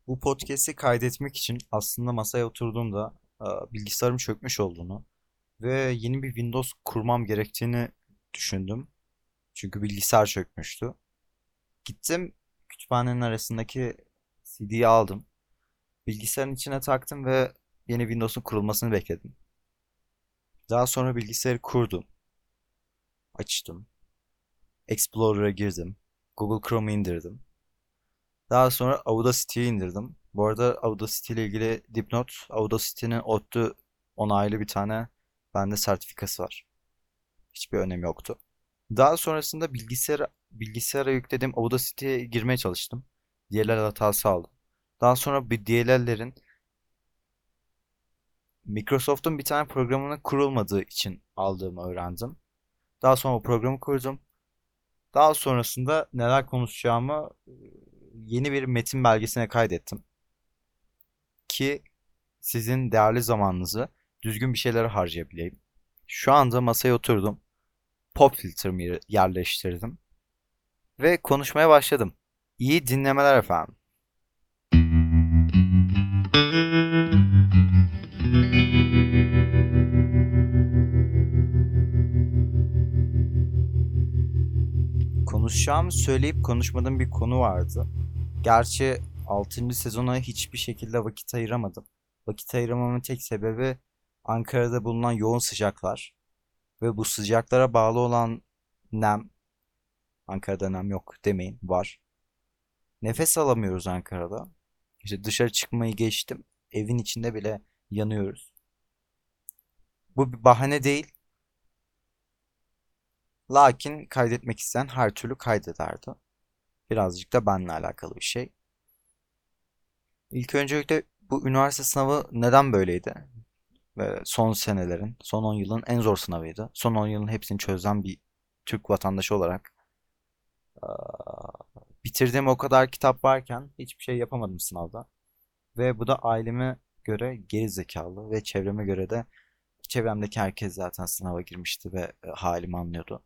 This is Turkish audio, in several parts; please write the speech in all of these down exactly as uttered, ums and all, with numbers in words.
Bu podcast'i kaydetmek için aslında masaya oturduğumda e, bilgisayarım çökmüş olduğunu ve yeni bir Windows kurmam gerektiğini düşündüm. Çünkü bilgisayar çökmüştü. Gittim kütüphanenin arasındaki C D'yi aldım. Bilgisayarın içine taktım ve yeni Windows'un kurulmasını bekledim. Daha sonra bilgisayarı kurdum, açtım. Explorer'a girdim. Google Chrome'u indirdim. Daha sonra Audacity'yi indirdim. Bu arada Audacity ile ilgili dipnot, Audacity'nin ODTÜ onaylı bir tane bende sertifikası var. Hiçbir önemi yoktu. Daha sonrasında bilgisayara, bilgisayara yüklediğim Audacity'ye girmeye çalıştım. D L L hatası aldım. Daha sonra bir D L L'lerin Microsoft'un bir tane programının kurulmadığı için aldığımı öğrendim. Daha sonra o programı kurdum. Daha sonrasında neler konuşacağımı e, yeni bir metin belgesine kaydettim. Ki sizin değerli zamanınızı düzgün bir şeylere harcayabileyim. Şu anda masaya oturdum. Pop filtremi yerleştirdim. Ve konuşmaya başladım. İyi dinlemeler efendim. Konuşacağımı söyleyip konuşmadığım bir konu vardı. Gerçi altıncı sezona hiçbir şekilde vakit ayıramadım. Vakit ayıramamın tek sebebi Ankara'da bulunan yoğun sıcaklar. Ve bu sıcaklara bağlı olan nem. Ankara'da nem yok demeyin, var. Nefes alamıyoruz Ankara'da. İşte dışarı çıkmayı geçtim. Evin içinde bile yanıyoruz. Bu bir bahane değil. Lakin kaydetmek isteyen her türlü kaydederdi. Birazcık da benimle alakalı bir şey. İlk öncelikle bu üniversite sınavı neden böyleydi? Ve son senelerin, son on yılın en zor sınavıydı. Son on yılın hepsini çözen bir Türk vatandaşı olarak bitirdiğim o kadar kitap varken hiçbir şey yapamadım sınavda. Ve bu da aileme göre geri zekalı ve çevreme göre de çevremdeki herkes zaten sınava girmişti ve e, halimi anlıyordu.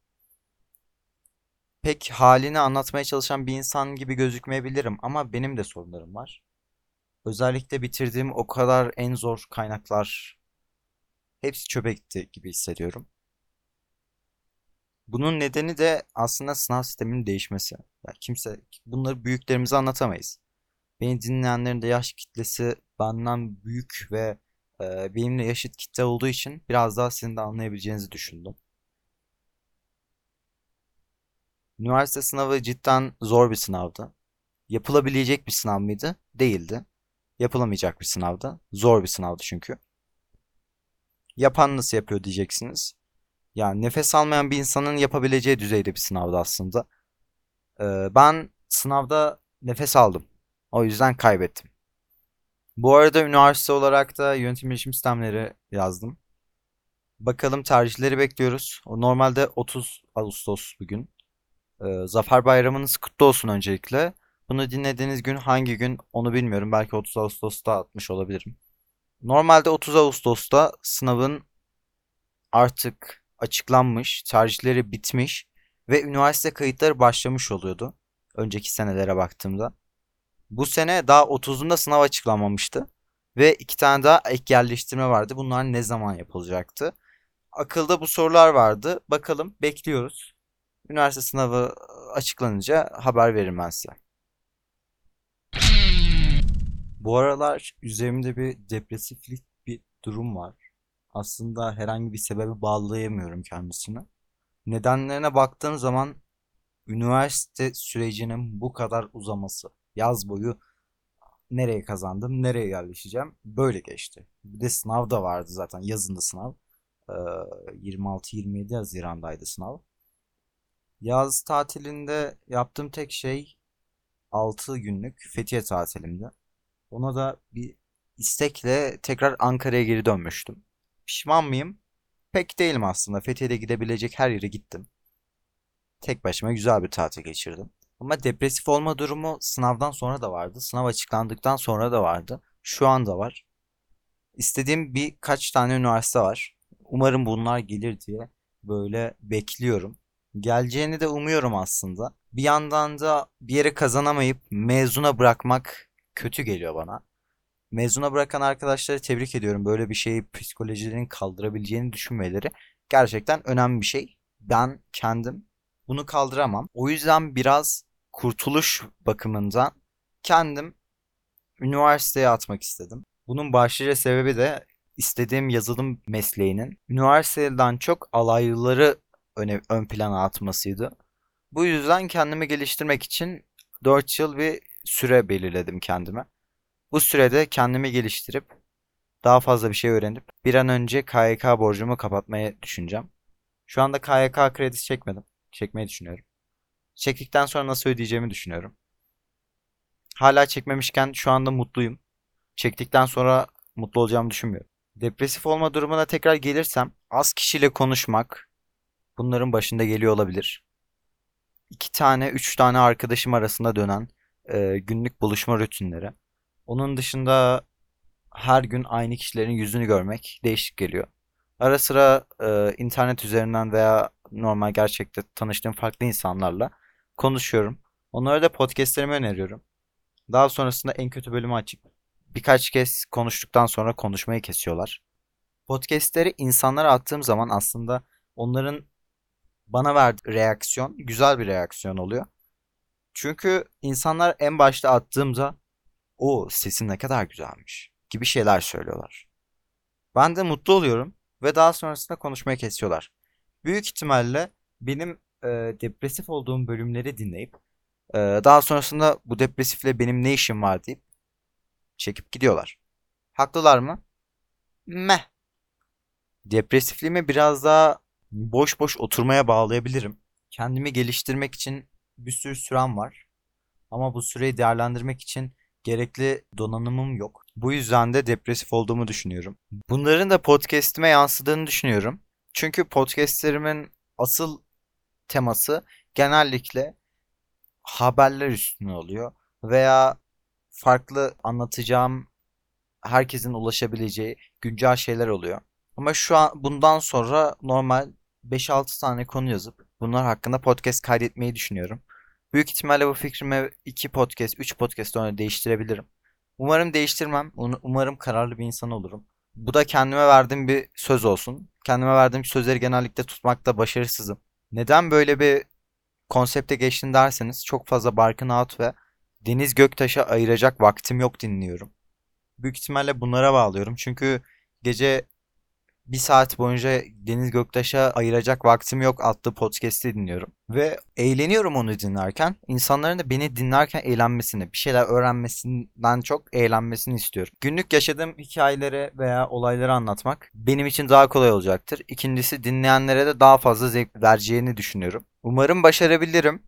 Pek halini anlatmaya çalışan bir insan gibi gözükmeyebilirim ama benim de sorunlarım var. Özellikle bitirdiğim o kadar en zor kaynaklar hepsi çöpe gitti gibi hissediyorum. Bunun nedeni de aslında sınav sisteminin değişmesi. Ya kimse bunları büyüklerimize anlatamayız. Beni dinleyenlerin de yaş kitlesi benden büyük ve e, benimle yaşıt kitle olduğu için biraz daha sizin de anlayabileceğinizi düşündüm. Üniversite sınavı cidden zor bir sınavdı. Yapılabilecek bir sınav mıydı? Değildi. Yapılamayacak bir sınavdı. Zor bir sınavdı çünkü. Yapan nasıl yapıyor diyeceksiniz. Yani nefes almayan bir insanın yapabileceği düzeyde bir sınavdı aslında. Ee, ben sınavda nefes aldım. O yüzden kaybettim. Bu arada üniversite olarak da yönetim bilişim sistemleri yazdım. Bakalım tercihleri bekliyoruz. O normalde otuz Ağustos bugün. Ee, Zafer Bayramınız kutlu olsun öncelikle. Bunu dinlediğiniz gün hangi gün onu bilmiyorum. Belki otuz Ağustos'ta atmış olabilirim. Normalde otuz Ağustos'ta sınavın artık açıklanmış, tercihleri bitmiş ve üniversite kayıtları başlamış oluyordu. Önceki senelere baktığımda. Bu sene daha otuzunda sınav açıklanmamıştı. Ve iki tane daha ek yerleştirme vardı. Bunlar ne zaman yapılacaktı? Akılda bu sorular vardı. Bakalım bekliyoruz. Üniversite sınavı açıklanınca haber veririm ben size. Bu aralar üzerimde bir depresiflik bir durum var. Aslında herhangi bir sebebe bağlayamıyorum kendisini. Nedenlerine baktığım zaman üniversite sürecinin bu kadar uzaması. Yaz boyu nereye kazandım, nereye yerleşeceğim böyle geçti. Bir de sınav da vardı zaten yazında sınav. Ee, yirmi altı yirmi yedi Haziran'daydı sınav. Yaz tatilinde yaptığım tek şey altı günlük Fethiye tatilimdi. Ona da bir istekle tekrar Ankara'ya geri dönmüştüm. Pişman mıyım? Pek değilim aslında. Fethiye'de gidebilecek her yere gittim. Tek başıma güzel bir tatil geçirdim. Ama depresif olma durumu sınavdan sonra da vardı. Sınav açıklandıktan sonra da vardı. Şu anda var. İstediğim birkaç tane üniversite var. Umarım bunlar gelir diye böyle bekliyorum. Geleceğini de umuyorum aslında. Bir yandan da bir yere kazanamayıp mezuna bırakmak kötü geliyor bana. Mezuna bırakan arkadaşları tebrik ediyorum. Böyle bir şeyi psikolojilerin kaldırabileceğini düşünmeleri gerçekten önemli bir şey. Ben kendim bunu kaldıramam. O yüzden biraz kurtuluş bakımından kendim üniversiteye atmak istedim. Bunun başlıca sebebi de istediğim yazılım mesleğinin üniversiteden çok alaylıları öne, ön plana atmasıydı. Bu yüzden kendimi geliştirmek için dört yıl bir süre belirledim kendime. Bu sürede kendimi geliştirip daha fazla bir şey öğrenip bir an önce K Y K borcumu kapatmayı düşüneceğim. Şu anda K Y K kredisi çekmedim. Çekmeyi düşünüyorum. Çektikten sonra nasıl ödeyeceğimi düşünüyorum. Hala çekmemişken şu anda mutluyum. Çektikten sonra mutlu olacağımı düşünmüyorum. Depresif olma durumuna tekrar gelirsem az kişiyle konuşmak bunların başında geliyor olabilir. İki tane, üç tane arkadaşım arasında dönen e, günlük buluşma rutinleri. Onun dışında her gün aynı kişilerin yüzünü görmek değişik geliyor. Ara sıra e, internet üzerinden veya normal gerçekte tanıştığım farklı insanlarla konuşuyorum. Onlara da podcastlerimi öneriyorum. Daha sonrasında en kötü bölümü açıp birkaç kez konuştuktan sonra konuşmayı kesiyorlar. Podcastleri insanlara attığım zaman aslında onların bana verdiği reaksiyon güzel bir reaksiyon oluyor. Çünkü insanlar en başta attığımda o sesin ne kadar güzelmiş gibi şeyler söylüyorlar. Ben de mutlu oluyorum ve daha sonrasında konuşmayı kesiyorlar. Büyük ihtimalle benim e, depresif olduğum bölümleri dinleyip e, daha sonrasında bu depresifle benim ne işim var deyip çekip gidiyorlar. Haklılar mı? Meh. Depresifliğimi biraz daha boş boş oturmaya bağlayabilirim. Kendimi geliştirmek için bir sürü sürem var. Ama bu süreyi değerlendirmek için gerekli donanımım yok. Bu yüzden de depresif olduğumu düşünüyorum. Bunların da podcast'ime yansıdığını düşünüyorum. Çünkü podcast'lerimin asıl teması genellikle haberler üstüne oluyor veya farklı anlatacağım herkesin ulaşabileceği güncel şeyler oluyor. Ama şu an bundan sonra normal beş altı tane konu yazıp bunlar hakkında podcast kaydetmeyi düşünüyorum. Büyük ihtimalle bu fikrimi iki podcast, üç podcast sonra değiştirebilirim. Umarım değiştirmem. Umarım kararlı bir insan olurum. Bu da kendime verdiğim bir söz olsun. Kendime verdiğim sözleri genellikle tutmakta başarısızım. Neden böyle bir konsepte geçtin derseniz çok fazla Barkın Ağıt ve Deniz Göktaş'a ayıracak vaktim yok dinliyorum. Büyük ihtimalle bunlara bağlıyorum. Çünkü gece bir saat boyunca Deniz Göktaş'a ayıracak vaktim yok adlı podcast'i dinliyorum. Ve eğleniyorum onu dinlerken. İnsanların da beni dinlerken eğlenmesini, bir şeyler öğrenmesinden çok eğlenmesini istiyorum. Günlük yaşadığım hikayeleri veya olayları anlatmak benim için daha kolay olacaktır. İkincisi dinleyenlere de daha fazla zevk vereceğini düşünüyorum. Umarım başarabilirim.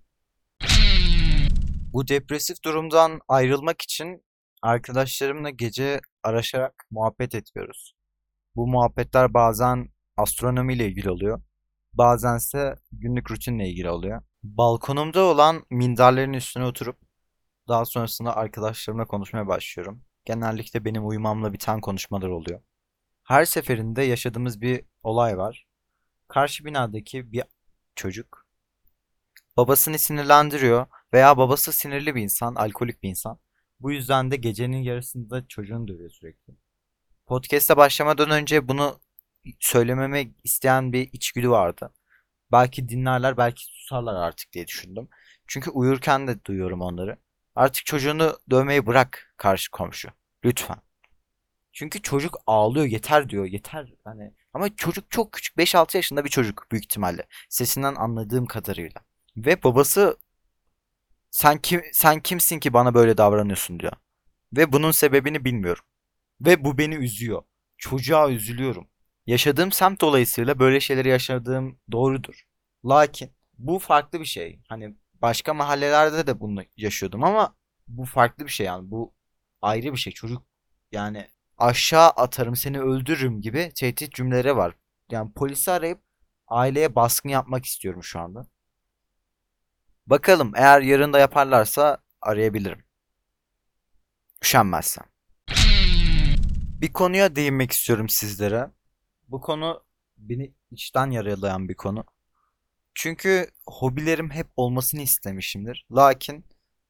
Bu depresif durumdan ayrılmak için arkadaşlarımla gece araşarak muhabbet ediyoruz. Bu muhabbetler bazen astronomiyle ilgili oluyor. Bazense günlük rutinle ilgili oluyor. Balkonumda olan minderlerin üstüne oturup daha sonrasında arkadaşlarımla konuşmaya başlıyorum. Genellikle benim uyumamla biten konuşmalar oluyor. Her seferinde yaşadığımız bir olay var. Karşı binadaki bir çocuk babasını sinirlendiriyor veya babası sinirli bir insan, alkolik bir insan. Bu yüzden de gecenin yarısında çocuğunu dövüyor sürekli. Podcast'a başlamadan önce bunu söylememi isteyen bir içgüdü vardı. Belki dinlerler, belki susarlar artık diye düşündüm. Çünkü uyurken de duyuyorum onları. Artık çocuğunu dövmeyi bırak karşı komşu. Lütfen. Çünkü çocuk ağlıyor, yeter diyor, yeter. Hani ama çocuk çok küçük, beş altı yaşında bir çocuk büyük ihtimalle. Sesinden anladığım kadarıyla. Ve babası sen kim sen kimsin ki bana böyle davranıyorsun diyor. Ve bunun sebebini bilmiyorum. Ve bu beni üzüyor. Çocuğa üzülüyorum. Yaşadığım semt dolayısıyla böyle şeyleri yaşadığım doğrudur. Lakin bu farklı bir şey. Hani başka mahallelerde de bunu yaşıyordum ama bu farklı bir şey yani. Bu ayrı bir şey. Çocuk yani aşağı atarım seni öldürürüm gibi tehdit cümleleri var. Yani polisi arayıp aileye baskın yapmak istiyorum şu anda. Bakalım eğer yarın da yaparlarsa arayabilirim. Üşenmezsem. Bir konuya değinmek istiyorum sizlere. Bu konu beni içten yaralayan bir konu. Çünkü hobilerim hep olmasını istemişimdir. Lakin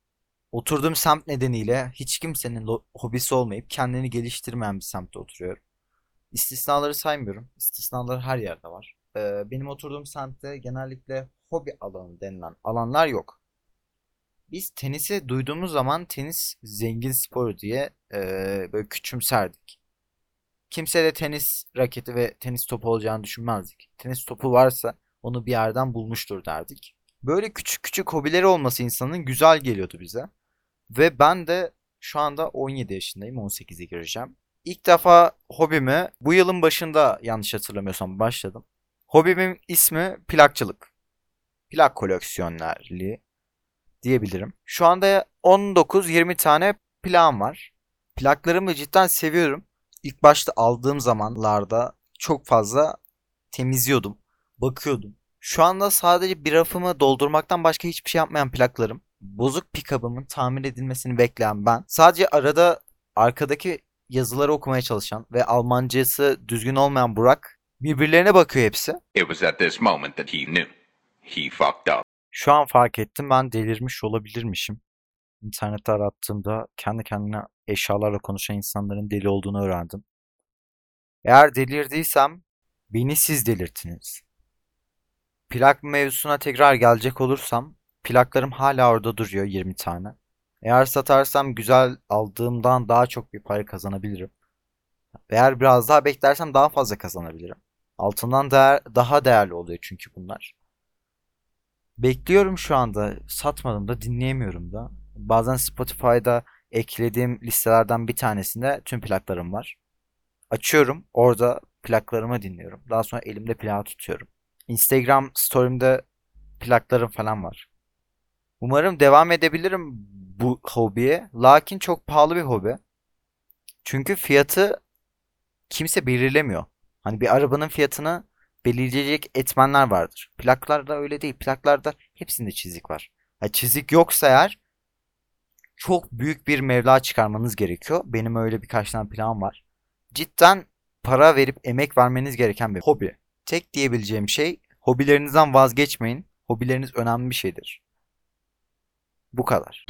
Oturduğum semt nedeniyle hiç kimsenin lo- hobisi olmayıp kendini geliştirmeyen bir semtte oturuyorum. İstisnaları saymıyorum. İstisnalar her yerde var. Ee, benim oturduğum semtte genellikle hobi alanı denilen alanlar yok. Biz tenisi duyduğumuz zaman tenis zengin sporu diye e, böyle küçümserdik. Kimse de tenis raketi ve tenis topu olacağını düşünmezdik. Tenis topu varsa onu bir yerden bulmuştur derdik. Böyle küçük küçük hobileri olması insanın güzel geliyordu bize. Ve ben de şu anda on yedi yaşındayım, on sekize gireceğim. İlk defa hobimi bu yılın başında yanlış hatırlamıyorsam başladım. Hobimin ismi plakçılık. Plak koleksiyonerliği diyebilirim. Şu anda on dokuz yirmi tane plağım var. Plaklarımı cidden seviyorum. İlk başta aldığım zamanlarda çok fazla temizliyordum, bakıyordum. Şu anda sadece bir rafımı doldurmaktan başka hiçbir şey yapmayan plaklarım. Bozuk pick-up'ımın tamir edilmesini bekleyen ben. Sadece arada arkadaki yazıları okumaya çalışan ve Almancası düzgün olmayan Burak. Birbirlerine bakıyor hepsi. It was at this moment that he knew. He fucked up. Şu an fark ettim, ben delirmiş olabilirmişim. İnternette arattığımda kendi kendine eşyalarla konuşan insanların deli olduğunu öğrendim. Eğer delirdiysem beni siz delirttiniz. Plak mevzusuna tekrar gelecek olursam plaklarım hala orada duruyor, yirmi tane. Eğer satarsam güzel, aldığımdan daha çok bir para kazanabilirim. Eğer biraz daha beklersem daha fazla kazanabilirim. Altından değer, daha değerli oluyor çünkü bunlar. Bekliyorum şu anda. Satmadım da, dinleyemiyorum da. Bazen Spotify'da eklediğim listelerden bir tanesinde tüm plaklarım var. Açıyorum, orada plaklarımı dinliyorum. Daha sonra elimde plağı tutuyorum. Instagram story'imde plaklarım falan var. Umarım devam edebilirim bu hobiye. Lakin çok pahalı bir hobi. Çünkü fiyatı kimse belirlemiyor. Hani bir arabanın fiyatını belirleyecek etmenler vardır. Plaklarda öyle değil. Plaklarda hepsinde çizik var. Ha, çizik yoksa eğer çok büyük bir meblağ çıkarmanız gerekiyor. Benim öyle birkaç tane planım var. Cidden para verip emek vermeniz gereken bir hobi. Tek diyebileceğim şey, hobilerinizden vazgeçmeyin. Hobileriniz önemli bir şeydir. Bu kadar.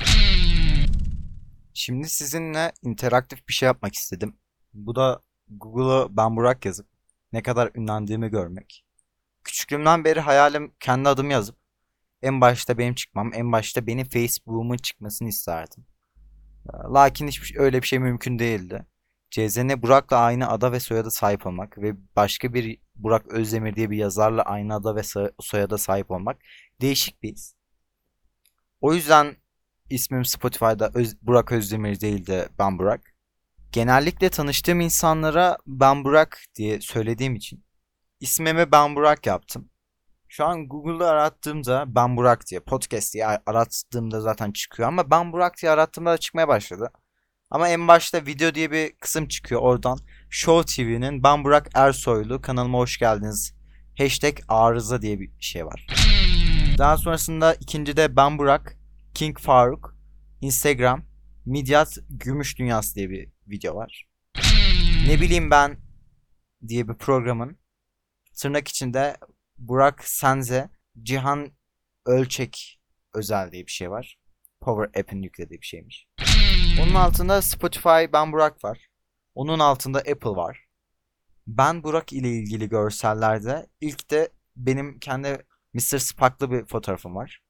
Şimdi sizinle interaktif bir şey yapmak istedim. Bu da Google'a ben Burak yazıp ne kadar ünlendiğimi görmek. Küçüklüğümden beri hayalim kendi adımı yazıp en başta benim çıkmam, en başta benim Facebook'umun çıkmasını isterdim. Lakin hiçbir şey- öyle bir şey mümkün değildi. C Z N Burak'la aynı ada ve soyada sahip olmak ve başka bir Burak Özdemir diye bir yazarla aynı ada ve soyada sahip olmak değişik bir his. O yüzden ismim Spotify'da Öz- Burak Özdemir değil de Ben Burak. Genellikle tanıştığım insanlara Ben Burak diye söylediğim için ismimi Ben Burak yaptım. Şu an Google'da arattığımda Ben Burak diye, podcast diye arattığımda zaten çıkıyor ama Ben Burak diye arattığımda da çıkmaya başladı. Ama en başta video diye bir kısım çıkıyor oradan. Show T V'nin Ben Burak Ersoylu kanalıma hoş geldiniz. Hashtag arıza diye bir şey var. Daha sonrasında ikincide Ben Burak, King Faruk, Instagram, Midyat Gümüş Dünyası diye bir video var. Ne bileyim ben diye bir programın tırnak içinde Burak Senze, Cihan Ölçek özel diye bir şey var. Power App'in yüklediği bir şeymiş. Onun altında Spotify Ben Burak var. Onun altında Apple var. Ben Burak ile ilgili görsellerde ilk de benim kendi mister Spock'lı bir fotoğrafım var.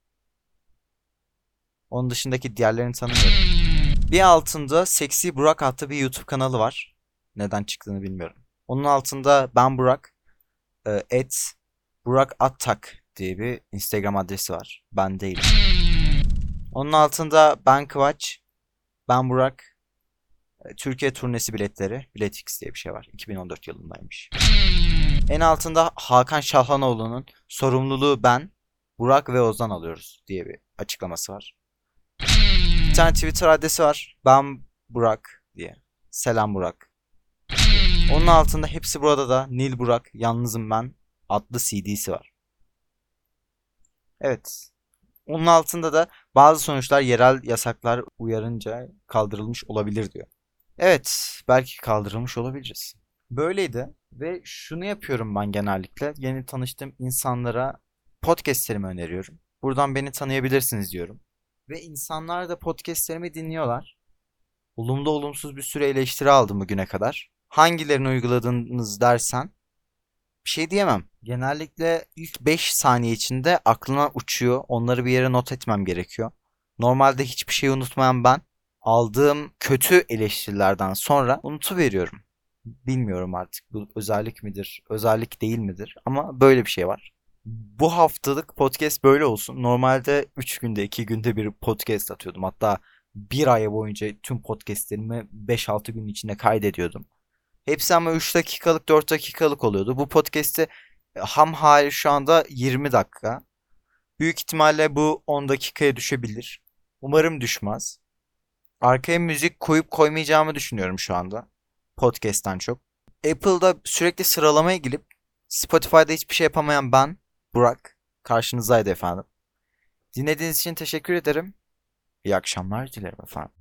Onun dışındaki diğerlerini tanımıyorum. Bir altında Seksi Burak adlı bir YouTube kanalı var. Neden çıktığını bilmiyorum. Onun altında Ben Burak, e, et Burak Attak diye bir Instagram adresi var. Ben değilim. Onun altında Ben Kıvaç, Ben Burak, e, Türkiye turnesi biletleri, Biletix diye bir şey var. iki bin on dört yılındaymış. En altında Hakan Şahlanoğlu'nun sorumluluğu ben, Burak ve Ozan alıyoruz diye bir açıklaması var. Bir tane Twitter adresi var. Ben Burak diye. Selam Burak. Onun altında hepsi burada da Nil Burak, Yalnızım Ben adlı C D'si var. Evet. Onun altında da bazı sonuçlar yerel yasaklar uyarınca kaldırılmış olabilir diyor. Evet, belki kaldırılmış olabiliriz. Böyleydi ve şunu yapıyorum ben genellikle. Yeni tanıştığım insanlara podcastlerimi öneriyorum. Buradan beni tanıyabilirsiniz diyorum. Ve insanlar da podcastlerimi dinliyorlar. Olumlu olumsuz bir sürü eleştiri aldım bugüne kadar. Hangilerini uyguladınız dersen bir şey diyemem. Genellikle ilk beş saniye içinde aklına uçuyor. Onları bir yere not etmem gerekiyor. Normalde hiçbir şey unutmayan ben aldığım kötü eleştirilerden sonra unutuveriyorum. Bilmiyorum artık bu özellik midir, özellik değil midir ama böyle bir şey var. Bu haftalık podcast böyle olsun. Normalde üç günde, iki günde bir podcast atıyordum. Hatta bir ay boyunca tüm podcastlerimi beş altı gün içinde kaydediyordum. Hepsi ama üç dakikalık, dört dakikalık oluyordu. Bu podcast'i ham hali şu anda yirmi dakika. Büyük ihtimalle bu on dakikaya düşebilir. Umarım düşmez. Arkaya müzik koyup koymayacağımı düşünüyorum şu anda. Podcast'ten çok. Apple'da sürekli sıralamaya girip Spotify'da hiçbir şey yapamayan ben, Burak, karşınızdaydı efendim. Dinlediğiniz için teşekkür ederim. İyi akşamlar dilerim efendim.